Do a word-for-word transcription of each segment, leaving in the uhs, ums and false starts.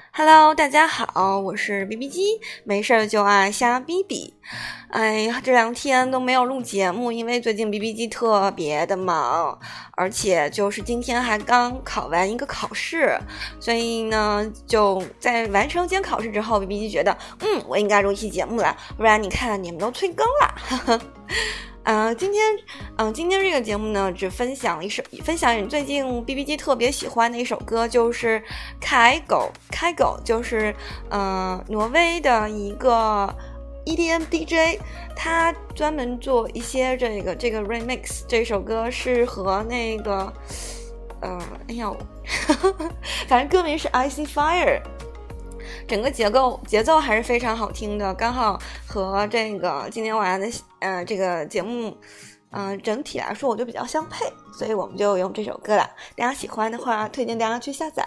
Hello，大家好，我是 B B 机，没事就爱瞎逼逼。哎呀，这两天都没有录节目，因为最近 B B 机特别的忙，而且就是今天还刚考完一个考试，所以呢，就在完成今天考试之后 ，B B 机觉得，嗯，我应该录一期节目了，不然你看你们都催更了，呵呵。呃，今天，嗯、呃，今天这个节目呢，只分享一首，分享最近 B B 机特别喜欢的一首歌，就是凯狗，凯狗就是呃挪威的一个 E D M D J， 他专门做一些这个这个 remix， 这首歌是和那个，呃，哎呀，反正歌名是 I See Fire。整个结构节奏还是非常好听的，刚好和这个今天晚上的呃这个节目，嗯、呃，整体来说我就比较相配，所以我们就用这首歌了。大家喜欢的话，推荐大家去下载。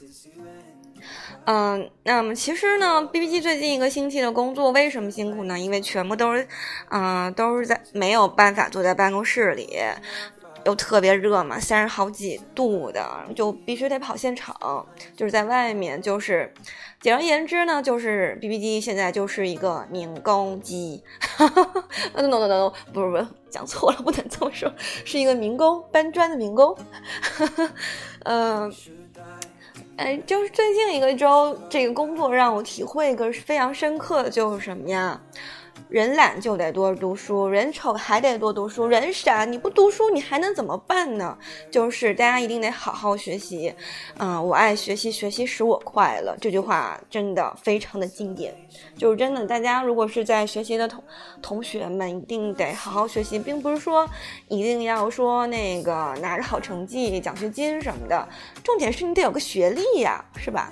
嗯、呃，那么其实呢 ，B B 机最近一个星期的工作为什么辛苦呢？因为全部都是，嗯、呃，都是在没有办法坐在办公室里。又特别热嘛，三十好几度的，就必须得跑现场，就是在外面，就是简而言之呢，就是 B B 机现在就是一个民工机，no no no no， 不是不是，讲错了，不能这么说，是一个民工，搬砖的民工，嗯、呃。哎，就是最近一个周，这个工作让我体会一个非常深刻的，就是什么呀？人懒就得多读书，人丑还得多读书，人傻你不读书你还能怎么办呢？就是大家一定得好好学习。嗯，我爱学习，学习使我快乐，这句话真的非常的经典。就是真的，大家如果是在学习的同同学们，一定得好好学习，并不是说一定要说那个拿着好成绩、奖学金什么的，重点是你得有个学历呀，是吧？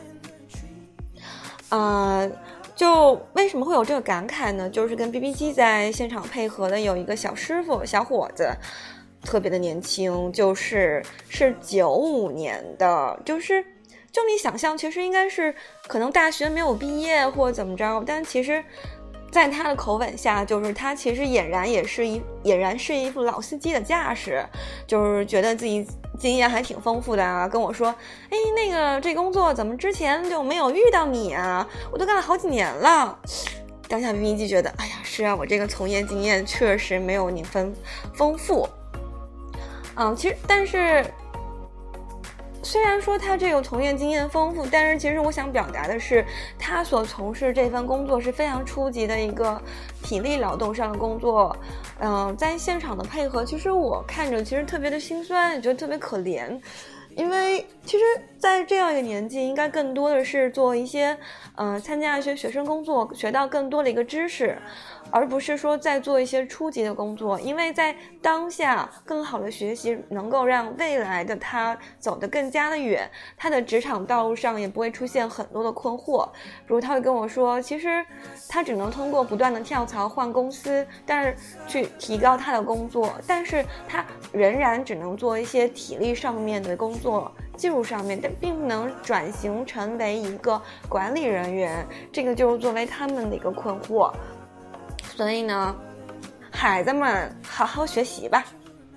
呃。就为什么会有这个感慨呢？就是跟 B B 机在现场配合的有一个小师傅小伙子，特别的年轻，就是是九五年的，就是就你想象，其实应该是可能大学没有毕业或怎么着，但其实在他的口吻下，就是他其实俨然也是一俨然是一副老司机的架势，就是觉得自己经验还挺丰富的啊，跟我说，哎，那个这工作怎么之前就没有遇到你啊？我都干了好几年了。当下 B B 机觉得，哎呀，是啊，我这个从业经验确实没有你丰丰富。嗯，其实但是。虽然说他这个从业经验丰富，但是其实我想表达的是，他所从事这份工作是非常初级的一个体力劳动上的工作。嗯、呃，在现场的配合，其实我看着其实特别的心酸，也觉得特别可怜。因为其实在这样一个年纪，应该更多的是做一些呃参加一些学生工作，学到更多的一个知识，而不是说在做一些初级的工作。因为在当下更好的学习能够让未来的他走得更加的远，他的职场道路上也不会出现很多的困惑。比如他会跟我说，其实他只能通过不断的跳槽换公司，但是去提高他的工作，但是他仍然只能做一些体力上面的工作，技术上面，但并不能转型成为一个管理人员，这个就是作为他们的一个困惑。所以呢，孩子们好好学习吧。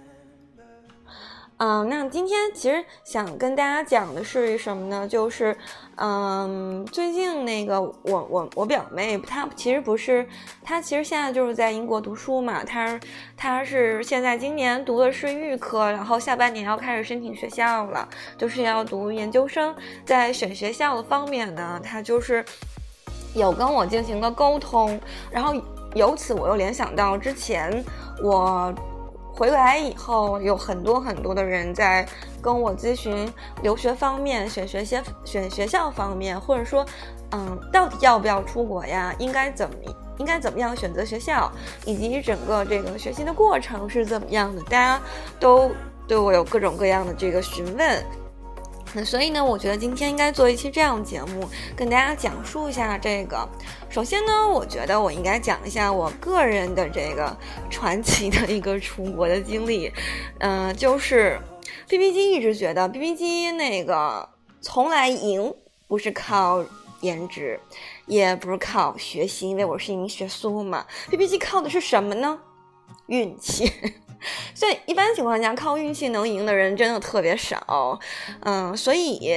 嗯，那今天其实想跟大家讲的是什么呢？就是，嗯，最近那个我我我表妹，她其实不是，她其实现在就是在英国读书嘛，她她是现在今年读的是预科，然后下半年要开始申请学校了，就是要读研究生。在选学校的方面呢，她就是有跟我进行了沟通，然后由此我又联想到之前我回来以后，有很多很多的人在跟我咨询留学方面、选学校、选学校方面，或者说，嗯，到底要不要出国呀？应该怎么应该怎么样选择学校，以及整个这个学习的过程是怎么样的？大家都对我有各种各样的这个询问。那所以呢，我觉得今天应该做一期这样的节目，跟大家讲述一下这个。首先呢，我觉得我应该讲一下我个人的这个传奇的一个出国的经历。嗯、呃，就是 B B 机一直觉得 B B 机那个从来赢不是靠颜值，也不是靠学习，因为我是一名学苏嘛。B B 机靠的是什么呢？运气。所以一般情况下靠运气能赢的人真的特别少。嗯，所以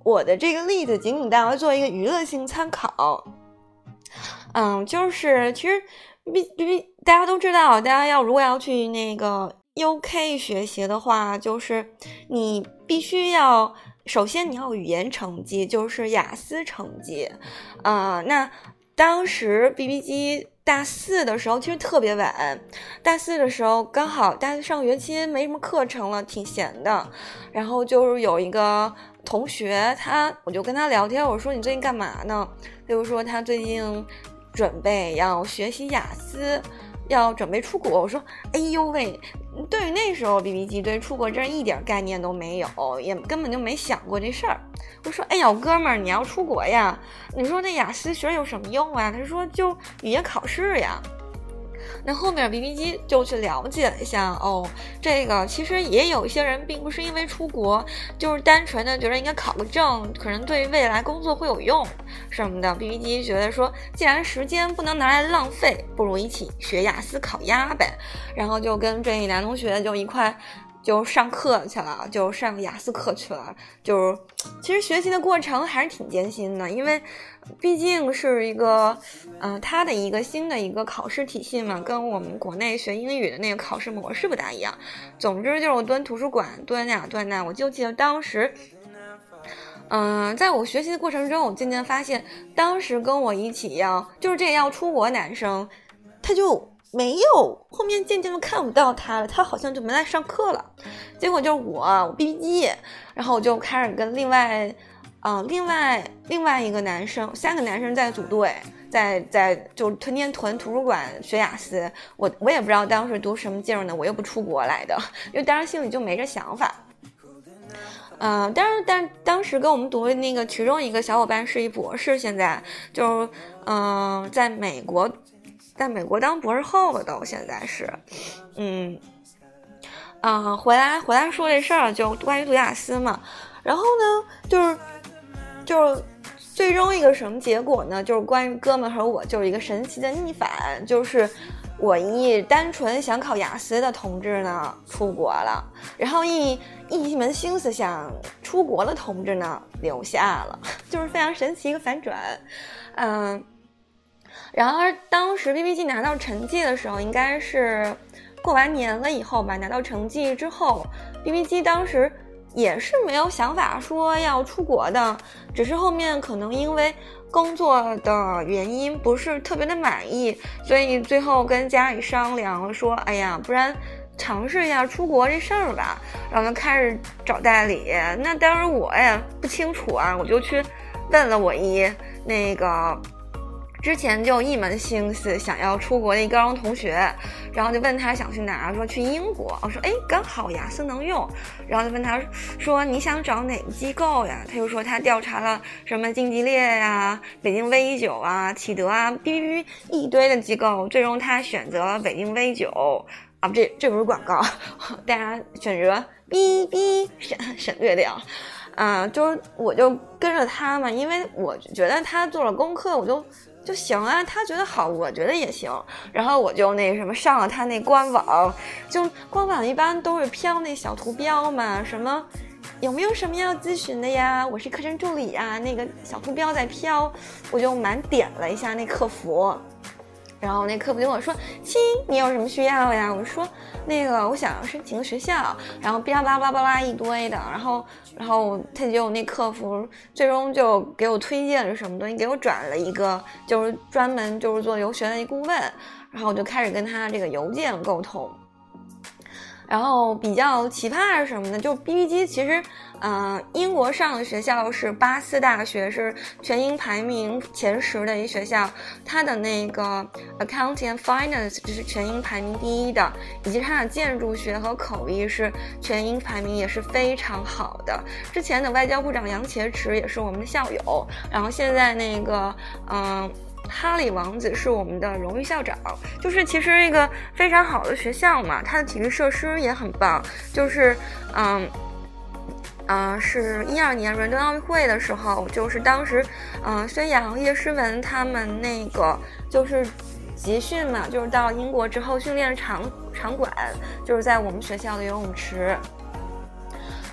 我的这个例子仅仅大家做一个娱乐性参考。嗯，就是其实 B B 大家都知道，大家要如果要去那个 U K 学习的话，就是你必须要首先你要有语言成绩，就是雅思成绩。呃，那当时 B B 机大四的时候其实特别晚，大四的时候刚好大四上学期没什么课程了，挺闲的，然后就是有一个同学，他我就跟他聊天，我说你最近干嘛呢？他就说他最近准备要学习雅思，要准备出国。我说哎呦喂，对于那时候 B B 机对出国真一点概念都没有，也根本就没想过这事儿。我说哎呀哥们儿，你要出国呀，你说那雅思学有什么用啊？他说就语言考试呀。那后面 B B 机就去了解了一下，哦，这个其实也有一些人并不是因为出国，就是单纯的觉得应该考个证，可能对未来工作会有用什么的。B B 机觉得说，既然时间不能拿来浪费，不如一起学雅思考鸭呗。然后就跟这男同学就一块就上课去了，就上雅思课去了。就是其实学习的过程还是挺艰辛的，因为毕竟是一个呃它的一个新的一个考试体系嘛，跟我们国内学英语的那个考试模式不大一样。总之就是我蹲图书馆蹲呀蹲呀，我就记得当时嗯、呃，在我学习的过程中，我渐渐发现当时跟我一起要就是这个要出国男生，他就没有，后面渐渐就看不到他了，他好像就没来上课了。结果就是我，我 B B 机，然后我就开始跟另外，嗯、呃，另外另外一个男生，三个男生在组队，在在就天天囤图书馆学雅思。我我也不知道当时读什么劲儿呢，我又不出国来的，因为当时心里就没这想法。嗯、呃，但是但当时跟我们读的那个其中一个小伙伴是一博士，现在就是嗯、呃，在美国。在美国当博士后了都，现在是，嗯，啊、呃，回来回来说这事儿，就关于读雅思嘛。然后呢，就是就是最终一个什么结果呢？就是关于哥们和我就是一个神奇的逆反，就是我一单纯想考雅思的同志呢出国了，然后一一门心思想出国的同志呢留下了，就是非常神奇一个反转，嗯、呃。然而当时 B B 机拿到成绩的时候，应该是过完年了以后吧，拿到成绩之后 B B 机当时也是没有想法说要出国的，只是后面可能因为工作的原因不是特别的满意，所以最后跟家里商量说，哎呀，不然尝试一下出国这事儿吧，然后就开始找代理。那当时我呀不清楚啊，我就去问了我一那个之前就一门心思想要出国的一高中同学，然后就问他想去哪，说去英国。我说哎，刚好雅思能用。然后就问他说你想找哪个机构呀？他就说他调查了什么金吉列呀、北京 V 九啊、启德啊、哔哔哔一堆的机构，最终他选择了北京 V 九啊，这这不是广告，大家选择哔哔省省略掉。啊、呃，就是我就跟着他嘛，因为我觉得他做了功课，我就。就行啊，他觉得好，我觉得也行。然后我就那什么上了他那官网，就官网一般都是飘那小图标嘛，什么有没有什么要咨询的呀？我是课程助理呀，那个小图标在飘，我就满点了一下那客服。然后那客服就跟我说：“亲，你有什么需要呀？”我说：“那个，我想申请个学校。”然后巴拉巴拉巴拉一堆的，然后，然后他就那客服最终就给我推荐了什么东西，给我转了一个就是专门就是做留学的一顾问，然后我就开始跟他这个邮件沟通。然后比较奇葩是什么呢？就 B B 机其实，呃，英国上的学校是巴斯大学，是全英排名前十的一学校，它的那个 Accounting and Finance 就是全英排名第一的，以及它的建筑学和口译是全英排名也是非常好的。之前的外交部长杨洁篪也是我们的校友，然后现在那个，嗯、呃。哈里王子是我们的荣誉校长，就是其实一个非常好的学校嘛，它的体育设施也很棒，就是嗯嗯、呃，是一二年伦敦奥运会的时候，就是当时嗯、呃，孙杨、叶诗文他们那个就是集训嘛，就是到英国之后训练场场馆就是在我们学校的游泳池。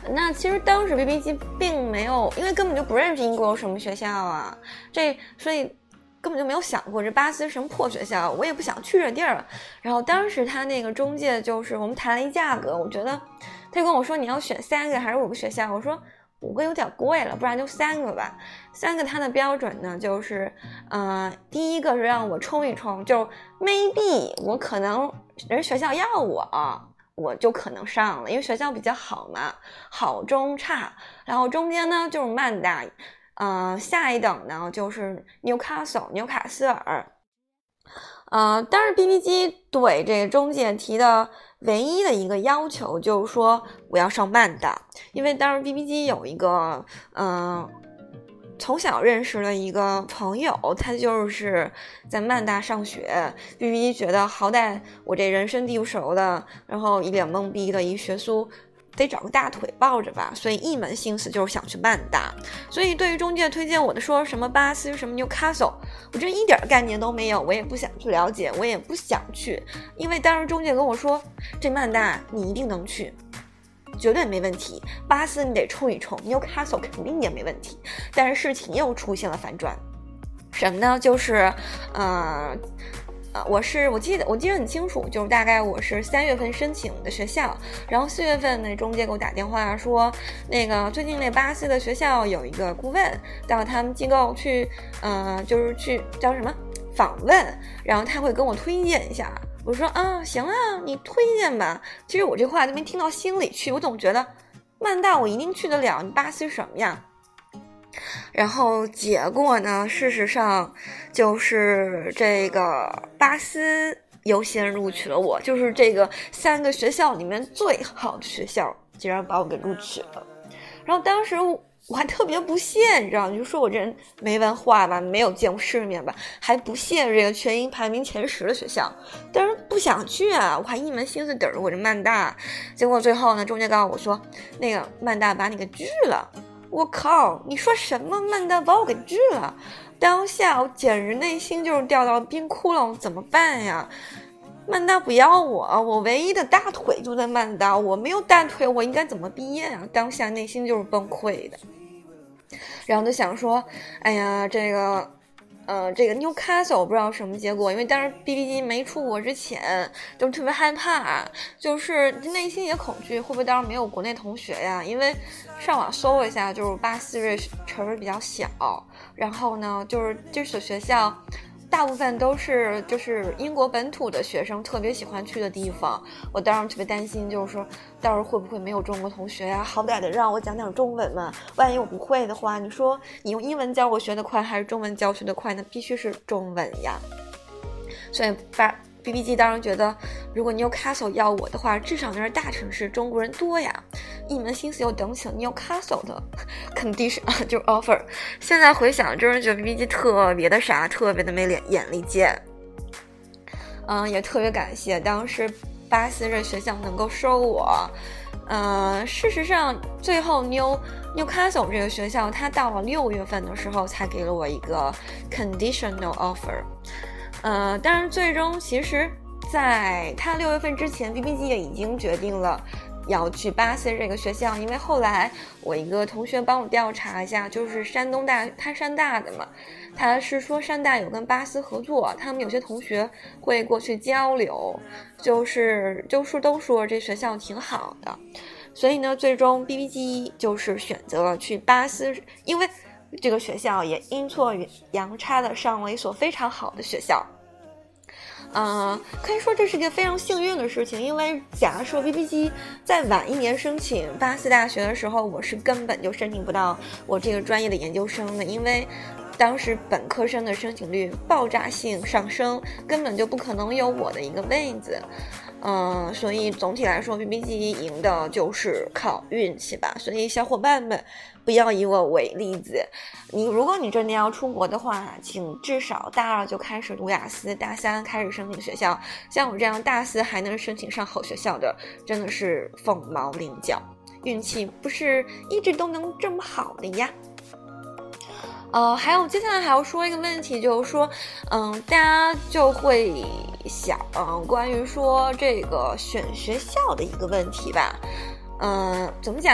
那其实当时 B B G 并没有，因为根本就不认识英国有什么学校啊，这所以根本就没有想过这巴斯什么破学校，我也不想去这地儿。然后当时他那个中介就是我们谈了一价格，我觉得他就跟我说你要选三个还是五个学校，我说五个有点贵了，不然就三个吧。三个它的标准呢就是，呃，第一个是让我冲一冲，就 maybe 我可能人学校要我。我就可能上了，因为学校比较好嘛，好中差，然后中间呢就是曼大，呃，下一等呢就是 Newcastle 纽卡斯尔，呃，但是 B B G 对这个中介提的唯一的一个要求就是说我要上曼大，因为当时 B B G 有一个，嗯、呃。从小认识了一个朋友，他就是在曼大上学。B B G 觉得好歹我这人生地不熟的，然后一脸懵逼的一学苏，得找个大腿抱着吧，所以一门心思就是想去曼大。所以对于中介推荐我的说什么巴斯什么 Newcastle， 我这一点概念都没有，我也不想去了解，我也不想去，因为当时中介跟我说这曼大你一定能去。绝对没问题，巴斯你得冲一冲 Newcastle 肯定也没问题。但是事情又出现了反转，什么呢？就是呃呃，我是我记得我记得很清楚，就是大概我是三月份申请的学校，然后四月份那中介给我打电话说，那个最近那巴斯的学校有一个顾问到他们机构去，呃，就是去叫什么访问，然后他会跟我推荐一下。我说啊，行啊，你推荐吧。其实我这话都没听到心里去，我总觉得曼大我一定去得了，你巴斯什么呀？然后结果呢，事实上就是这个巴斯优先录取了我，就是这个三个学校里面最好的学校，竟然把我给录取了。然后当时我还特别不屑，你知道，你就说我这人没文化吧，没有见过世面吧，还不屑这个全英排名前十的学校，但是不想去啊，我还一门心思等着我这曼大。结果最后呢，中介告诉我说，那个曼大把你给拒了。我靠，你说什么？曼大把我给拒了？当下我简直内心就是掉到冰窟窿，怎么办呀？曼大不要我，我唯一的大腿就在曼大，我没有大腿，我应该怎么毕业啊？当下内心就是崩溃的，然后就想说，哎呀，这个，呃，这个 Newcastle 我不知道什么结果，因为当时 B B G 没出国之前，就特别害怕，就是内心也恐惧，会不会当时没有国内同学呀？因为上网搜了一下，就是巴斯这城市比较小，然后呢，就是这所学校。大部分都是就是英国本土的学生特别喜欢去的地方，我当时特别担心，就是说到时候会不会没有中国同学呀？好歹得让我讲讲中文嘛，万一我不会的话，你说你用英文教我学得快还是中文教学得快呢？必须是中文呀。所以把 B B G 当然觉得，如果 Newcastle 要我的话，至少那是大城市，中国人多呀。一门心思又等起了 Newcastle 的 condition 就是 offer。现在回想，真是觉得 B B G 特别的傻，特别的没脸眼力见。嗯，也特别感谢当时巴斯这学校能够收我。呃，事实上，最后 New Newcastle 这个学校，它到了六月份的时候才给了我一个 conditional offer。呃，但是最终其实在他六月份之前 B B G 也已经决定了要去巴斯这个学校，因为后来我一个同学帮我调查一下，就是山东大他山大的嘛，他是说山大有跟巴斯合作，他们有些同学会过去交流，就是就是都说这学校挺好的，所以呢最终 B B G 就是选择了去巴斯，因为这个学校也阴错阳差的上了一所非常好的学校。呃，可以说这是一个非常幸运的事情，因为假设 B B G 再晚一年申请巴斯大学的时候，我是根本就申请不到我这个专业的研究生的，因为当时本科生的申请率爆炸性上升，根本就不可能有我的一个位子。嗯、呃，所以总体来说 B B G 赢的就是靠运气吧，所以小伙伴们不要以我为例子，你如果你真的要出国的话，请至少大二就开始读雅思，大三开始申请学校，像我这样大四还能申请上好学校的，真的是凤毛麟角，运气不是一直都能这么好的呀。呃，还有接下来还要说一个问题，就是说，嗯，大家就会想，嗯，关于说这个选学校的一个问题吧，嗯，怎么讲？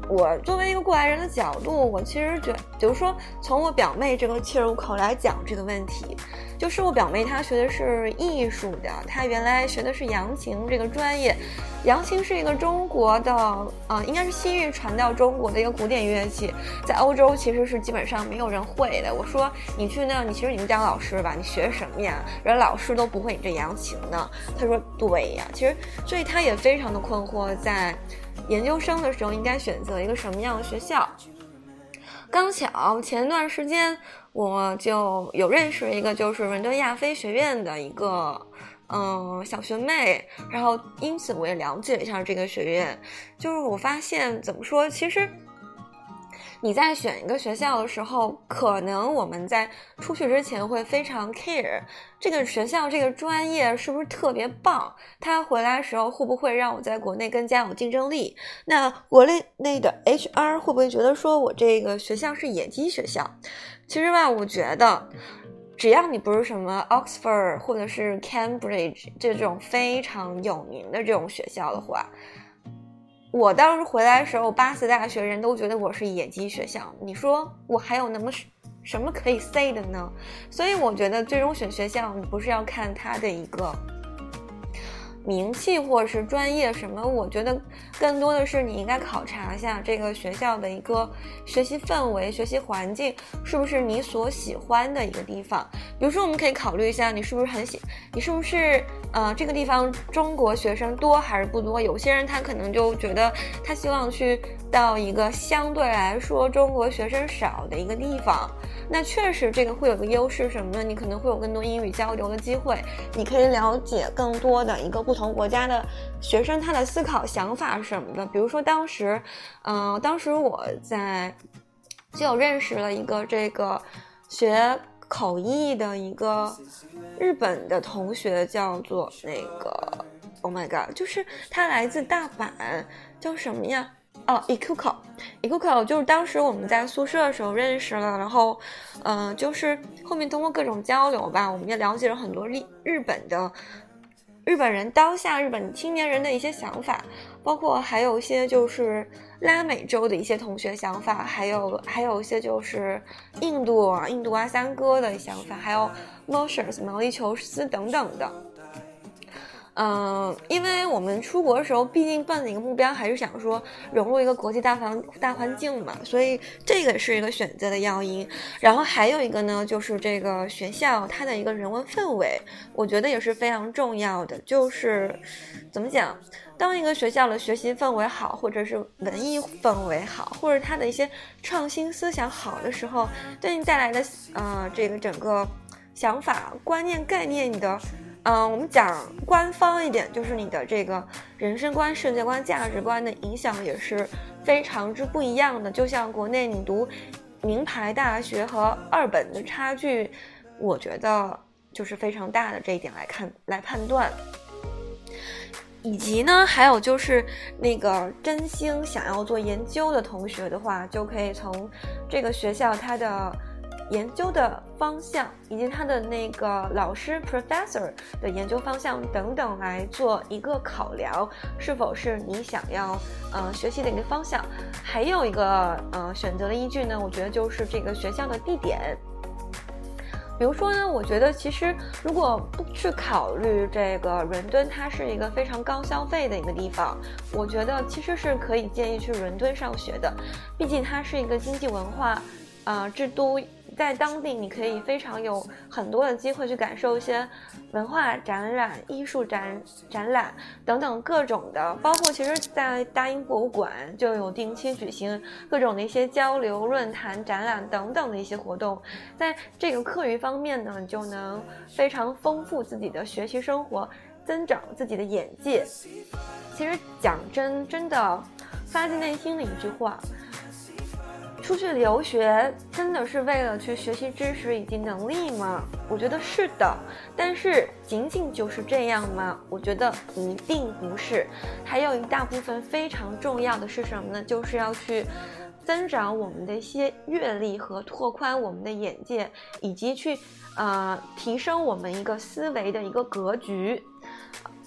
我作为一个过来人的角度，我其实觉，比如说从我表妹这个切入口来讲这个问题，就是我表妹她学的是艺术的，她原来学的是扬琴这个专业，扬琴是一个中国的，呃，应该是西域传到中国的一个古典乐器，在欧洲其实是基本上没有人会的。我说你去那，你其实你是当老师吧，你学什么呀？人老师都不会你这扬琴呢。她说对呀，其实所以她也非常的困惑，在研究生的时候应该选择一个什么样的学校。刚巧前段时间我就有认识一个就是伦敦亚非学院的一个嗯小学妹，然后因此我也了解一下这个学院。就是我发现怎么说，其实你在选一个学校的时候，可能我们在出去之前会非常 care 这个学校这个专业是不是特别棒，它回来的时候会不会让我在国内更加有竞争力，那国内内的 H R 会不会觉得说我这个学校是野鸡学校。其实吧，我觉得只要你不是什么 Oxford 或者是 Cambridge 这种非常有名的这种学校的话，我当时回来的时候，八四大学人都觉得我是野鸡学校，你说我还有那么什么可以 say 的呢？所以我觉得最终选学校，你不是要看它的一个名气或者是专业什么，我觉得更多的是你应该考察一下这个学校的一个学习氛围、学习环境是不是你所喜欢的一个地方。比如说我们可以考虑一下，你是不是很喜你是不是呃这个地方中国学生多还是不多。有些人他可能就觉得他希望去到一个相对来说中国学生少的一个地方，那确实这个会有个优势什么呢？你可能会有更多英语交流的机会，你可以了解更多的一个不同国家的学生他的思考想法什么的。比如说当时嗯、呃，当时我在就有认识了一个这个学口译的一个日本的同学，叫做那个 Oh my god， 就是他来自大阪，叫什么呀？哦 Ikuko Ikuko 就是当时我们在宿舍的时候认识了，然后嗯、呃，就是后面通过各种交流吧，我们也了解了很多日日本的日本人当下日本青年人的一些想法，包括还有一些就是拉美洲的一些同学想法，还有还有一些就是印度啊印度阿三哥的想法，还有 Motions 毛里求斯等等的。嗯，因为我们出国的时候，毕竟奔的一个目标还是想说融入一个国际大环大环境嘛，所以这个是一个选择的要因。然后还有一个呢，就是这个学校它的一个人文氛围，我觉得也是非常重要的。就是怎么讲，当一个学校的学习氛围好，或者是文艺氛围好，或者它的一些创新思想好的时候，对你带来的呃这个整个想法、观念、概念，你的。嗯、呃，我们讲官方一点，就是你的这个人生观、世界观、价值观的影响也是非常之不一样的。就像国内你读名牌大学和二本的差距，我觉得就是非常大的这一点来看来判断。以及呢，还有就是那个真心想要做研究的同学的话，就可以从这个学校它的研究的方向以及他的那个老师 professor 的研究方向等等来做一个考量，是否是你想要呃学习的一个方向。还有一个呃选择的依据呢，我觉得就是这个学校的地点。比如说呢，我觉得其实如果不去考虑这个伦敦它是一个非常高消费的一个地方，我觉得其实是可以建议去伦敦上学的，毕竟它是一个经济文化呃之都，在当地你可以非常有很多的机会去感受一些文化展览、艺术展展览等等各种的，包括其实在大英博物馆就有定期举行各种的一些交流、论坛、展览等等的一些活动。在这个课余方面呢，你就能非常丰富自己的学习生活，增长自己的眼界。其实讲真真的发自内心的一句话，出去留学真的是为了去学习知识以及能力吗？我觉得是的，但是仅仅就是这样吗？我觉得一定不是。还有一大部分非常重要的是什么呢？就是要去增长我们的一些阅历和拓宽我们的眼界，以及去呃提升我们一个思维的一个格局。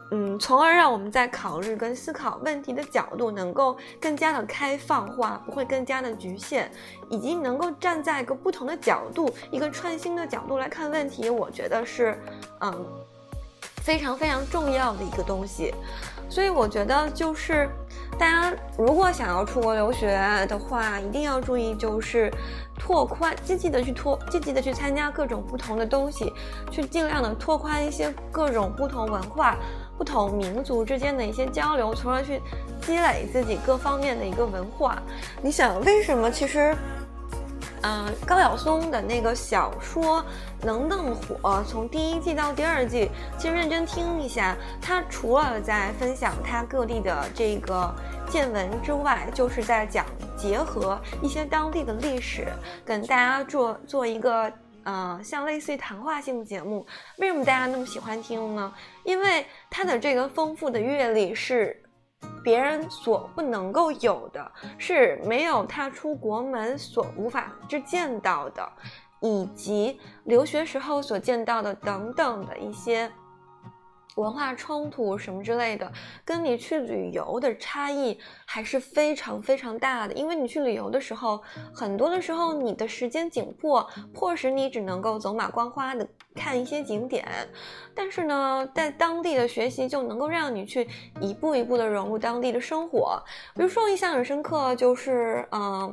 嗯，从而让我们在考虑跟思考问题的角度能够更加的开放化，不会更加的局限，以及能够站在一个不同的角度，一个创新的角度来看问题，我觉得是嗯非常非常重要的一个东西。所以我觉得就是大家如果想要出国留学的话，一定要注意就是拓宽，积极的去拓，积极的去参加各种不同的东西，去尽量的拓宽一些各种不同文化、不同民族之间的一些交流，从而去积累自己各方面的一个文化。你想为什么其实嗯、呃，高晓松的那个小说能那么火，从第一季到第二季，其实认真听一下，他除了在分享他各地的这个见闻之外，就是在讲结合一些当地的历史，跟大家做做一个呃，像类似于谈话性的节目。为什么大家那么喜欢听呢？因为他的这个丰富的阅历是别人所不能够有的，是没有踏出国门所无法之见到的，以及留学时候所见到的等等的一些文化冲突什么之类的，跟你去旅游的差异还是非常非常大的。因为你去旅游的时候，很多的时候你的时间紧迫，迫使你只能够走马观花的看一些景点，但是呢，在当地的学习就能够让你去一步一步的融入当地的生活。比如说印象很深刻就是嗯、呃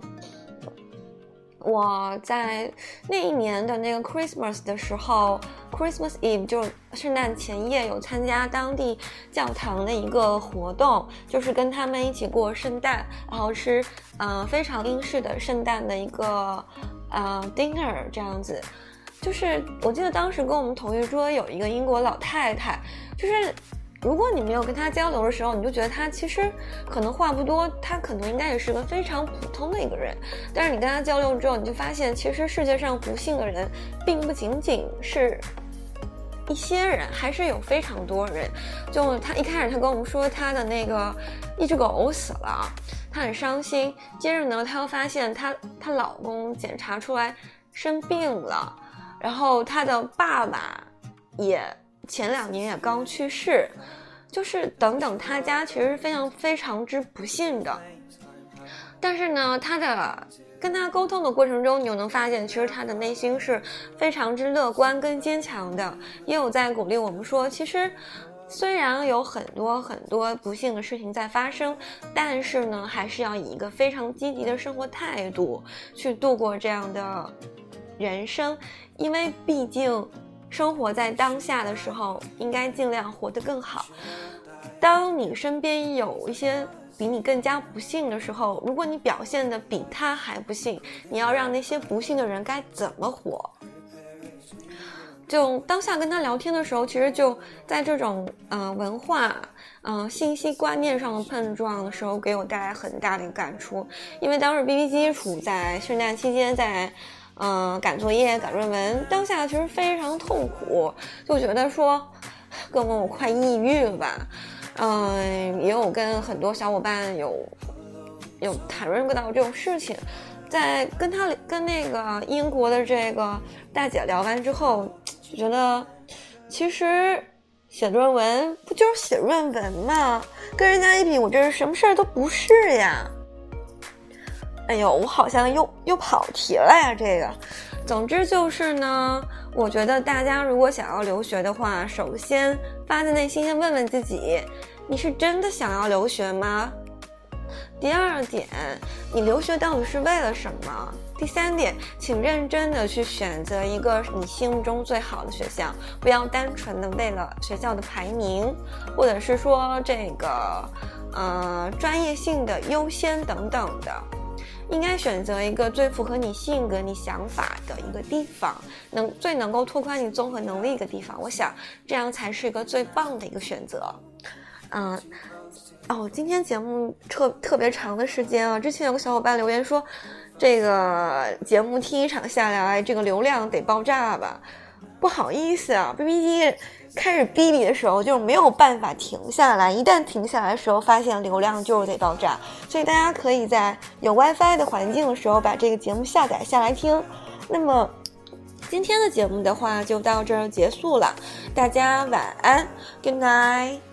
我在那一年的那个 Christmas 的时候 Christmas Eve 就是圣诞前夜，有参加当地教堂的一个活动，就是跟他们一起过圣诞，然后吃呃非常英式的圣诞的一个呃 dinner 这样子。就是我记得当时跟我们同一桌有一个英国老太太，就是如果你没有跟他交流的时候，你就觉得他其实可能话不多，他可能应该也是个非常普通的一个人。但是你跟他交流之后，你就发现其实世界上不幸的人并不仅仅是一些人，还是有非常多人。就他一开始他跟我们说他的那个一只狗死了，他很伤心。接着呢，他又发现他她老公检查出来生病了，然后他的爸爸也前两年也刚去世，就是等等，他家其实非常非常之不幸的。但是呢，他的跟他沟通的过程中，你就能发现其实他的内心是非常之乐观跟坚强的，也有在鼓励我们说，其实虽然有很多很多不幸的事情在发生，但是呢，还是要以一个非常积极的生活态度去度过这样的人生。因为毕竟生活在当下的时候，应该尽量活得更好。当你身边有一些比你更加不幸的时候，如果你表现得比他还不幸，你要让那些不幸的人该怎么活？就当下跟他聊天的时候，其实就在这种呃文化呃信息观念上的碰撞的时候，给我带来很大的一个感触。因为当时 B B 机处在圣诞期间在嗯、呃，赶作业赶论文，当下其实非常痛苦，就觉得说跟我快抑郁了吧。嗯、呃，也有跟很多小伙伴有有谈论过到这种事情。在跟他跟那个英国的这个大姐聊完之后，就觉得其实写论文不就是写论文吗？跟人家一比，我这是什么事儿都不是呀。哎呦，我好像又又跑题了呀，这个。总之就是呢，我觉得大家如果想要留学的话，首先发自内心的问问自己，你是真的想要留学吗？第二点，你留学到底是为了什么？第三点，请认真的去选择一个你心目中最好的学校，不要单纯的为了学校的排名，或者是说这个呃专业性的优先等等的。应该选择一个最符合你性格、你想法的一个地方，能最能够拓宽你综合能力一个地方。我想这样才是一个最棒的一个选择。嗯，哦，今天节目特特别长的时间啊！之前有个小伙伴留言说，这个节目听一场下来，这个流量得爆炸吧？不好意思啊 ，B B 机开始哔哩的时候就没有办法停下来，一旦停下来的时候，发现流量就是得爆炸，所以大家可以在有 WiFi 的环境的时候把这个节目下载下来听。那么今天的节目的话就到这儿结束了，大家晚安 ，Good night。